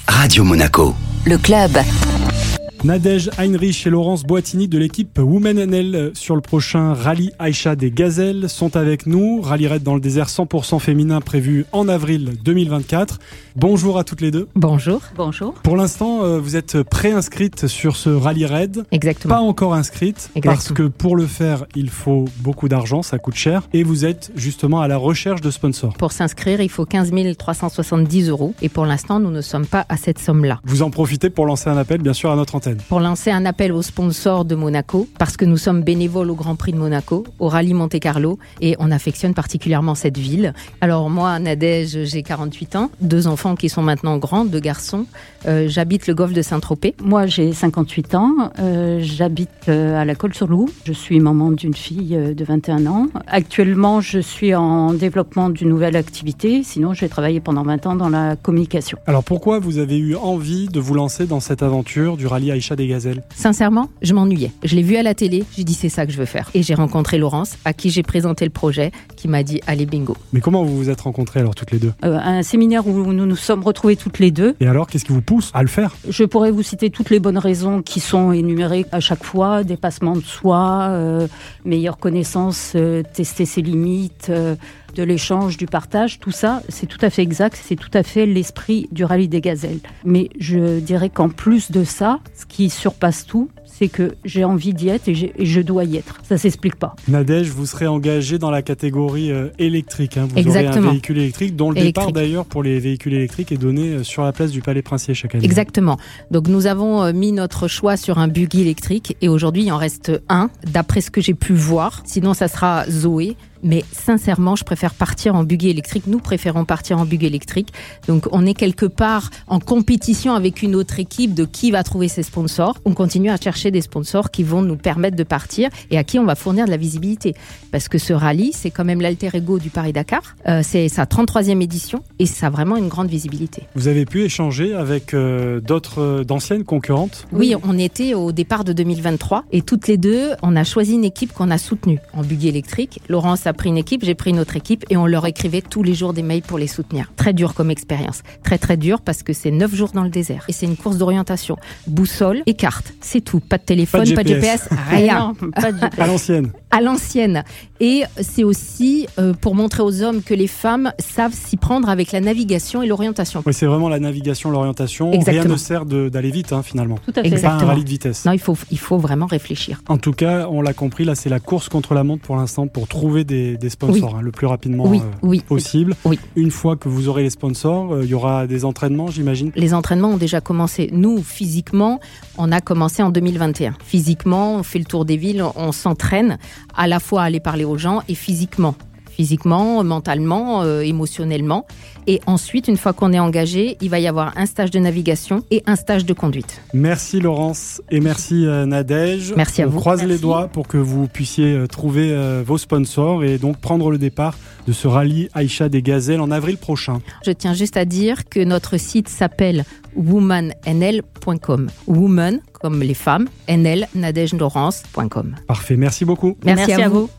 Radio Monaco. Le club. Nadège Heinrich et Laurence Boitini de l'équipe Women NL sur le prochain rallye Aïcha des Gazelles sont avec nous. Rallye raid dans le désert 100% féminin prévu en avril 2024. Bonjour à toutes les deux. Bonjour. Bonjour. Pour l'instant, vous êtes préinscrite sur ce rallye raid. Exactement. Pas encore inscrite. Exactement. Parce que pour le faire, il faut beaucoup d'argent, ça coûte cher. Et vous êtes justement à la recherche de sponsors. Pour s'inscrire, il faut 15 370 €. Et pour l'instant, nous ne sommes pas à cette somme-là. Vous en profitez pour lancer un appel, bien sûr, à notre antenne. Pour lancer un appel aux sponsors de Monaco, parce que nous sommes bénévoles au Grand Prix de Monaco, au Rallye Monte-Carlo, et on affectionne particulièrement cette ville. Alors moi, Nadège, j'ai 48 ans, 2 enfants qui sont maintenant grands, 2 garçons. J'habite le golfe de Saint-Tropez. Moi, j'ai 58 ans, j'habite à la Colle-sur-Loup. Je suis maman d'une fille de 21 ans. Actuellement, je suis en développement d'une nouvelle activité, sinon j'ai travaillé pendant 20 ans dans la communication. Alors pourquoi vous avez eu envie de vous lancer dans cette aventure du rallye Aïcha des Gazelles? Sincèrement, je m'ennuyais. Je l'ai vu à la télé, j'ai dit c'est ça que je veux faire. Et j'ai rencontré Laurence, à qui j'ai présenté le projet, qui m'a dit allez bingo. Mais comment vous vous êtes rencontrés alors toutes les deux? Un séminaire où nous nous sommes retrouvés toutes les deux. Et alors, qu'est-ce qui vous pousse à le faire? Je pourrais vous citer toutes les bonnes raisons qui sont énumérées à chaque fois. Dépassement de soi, meilleure connaissance, tester ses limites, de l'échange, du partage, tout ça, c'est tout à fait exact, c'est tout à fait l'esprit du rallye des Gazelles. Mais je dirais qu'en plus de ça, ce qui surpasse tout, c'est que j'ai envie d'y être et je dois y être. Ça s'explique pas. Nadège, vous serez engagée dans la catégorie électrique. Vous Exactement. aurez un véhicule électrique dont le départ d'ailleurs pour les véhicules électriques est donné sur la place du Palais Princier chaque année. Exactement. Donc nous avons mis notre choix sur un buggy électrique et aujourd'hui il en reste un, d'après ce que j'ai pu voir. Sinon ça sera Zoé. Mais sincèrement, je préfère partir en buggy électrique. Nous préférons partir en buggy électrique. Donc, on est quelque part en compétition avec une autre équipe de qui va trouver ses sponsors. On continue à chercher des sponsors qui vont nous permettre de partir et à qui on va fournir de la visibilité. Parce que ce rallye, c'est quand même l'alter ego du Paris-Dakar. C'est sa 33e édition et ça a vraiment une grande visibilité. Vous avez pu échanger avec d'anciennes concurrentes? Oui, on était au départ de 2023 et toutes les deux, on a choisi une équipe qu'on a soutenue en buggy électrique. Laurence a pris une équipe, j'ai pris une autre équipe et on leur écrivait tous les jours des mails pour les soutenir. Très dur comme expérience. Très très dur parce que c'est 9 jours dans le désert. Et c'est une course d'orientation. Boussole et carte. C'est tout. Pas de téléphone, pas de GPS, rien. Non, pas de GPS. À l'ancienne. À l'ancienne. Et c'est aussi pour montrer aux hommes que les femmes savent s'y prendre avec la navigation et l'orientation. Oui, c'est vraiment la navigation, l'orientation. Exactement. Rien ne sert d'aller vite finalement. Tout à fait. C'est pas un Exactement. rallye de vitesse. Non, il faut vraiment réfléchir. En tout cas, on l'a compris, là c'est la course contre la montre pour l'instant pour trouver des sponsors le plus rapidement Oui. possible. Oui. Une fois que vous aurez les sponsors, il y aura des entraînements, j'imagine. Les entraînements ont déjà commencé. Nous, physiquement, on a commencé en 2021. Physiquement, on fait le tour des villes, on s'entraîne à la fois à aller parler aux gens et physiquement, mentalement, émotionnellement. Et ensuite, une fois qu'on est engagé, il va y avoir un stage de navigation et un stage de conduite. Merci Laurence et merci Nadège. Merci à vous. On croise Merci. les doigts pour que vous puissiez trouver vos sponsors et donc prendre le départ de ce rallye Aïcha des Gazelles en avril prochain. Je tiens juste à dire que notre site s'appelle womannl.com. Woman, comme les femmes, NL, nadejlaurence.com. Parfait, merci beaucoup. Merci à vous.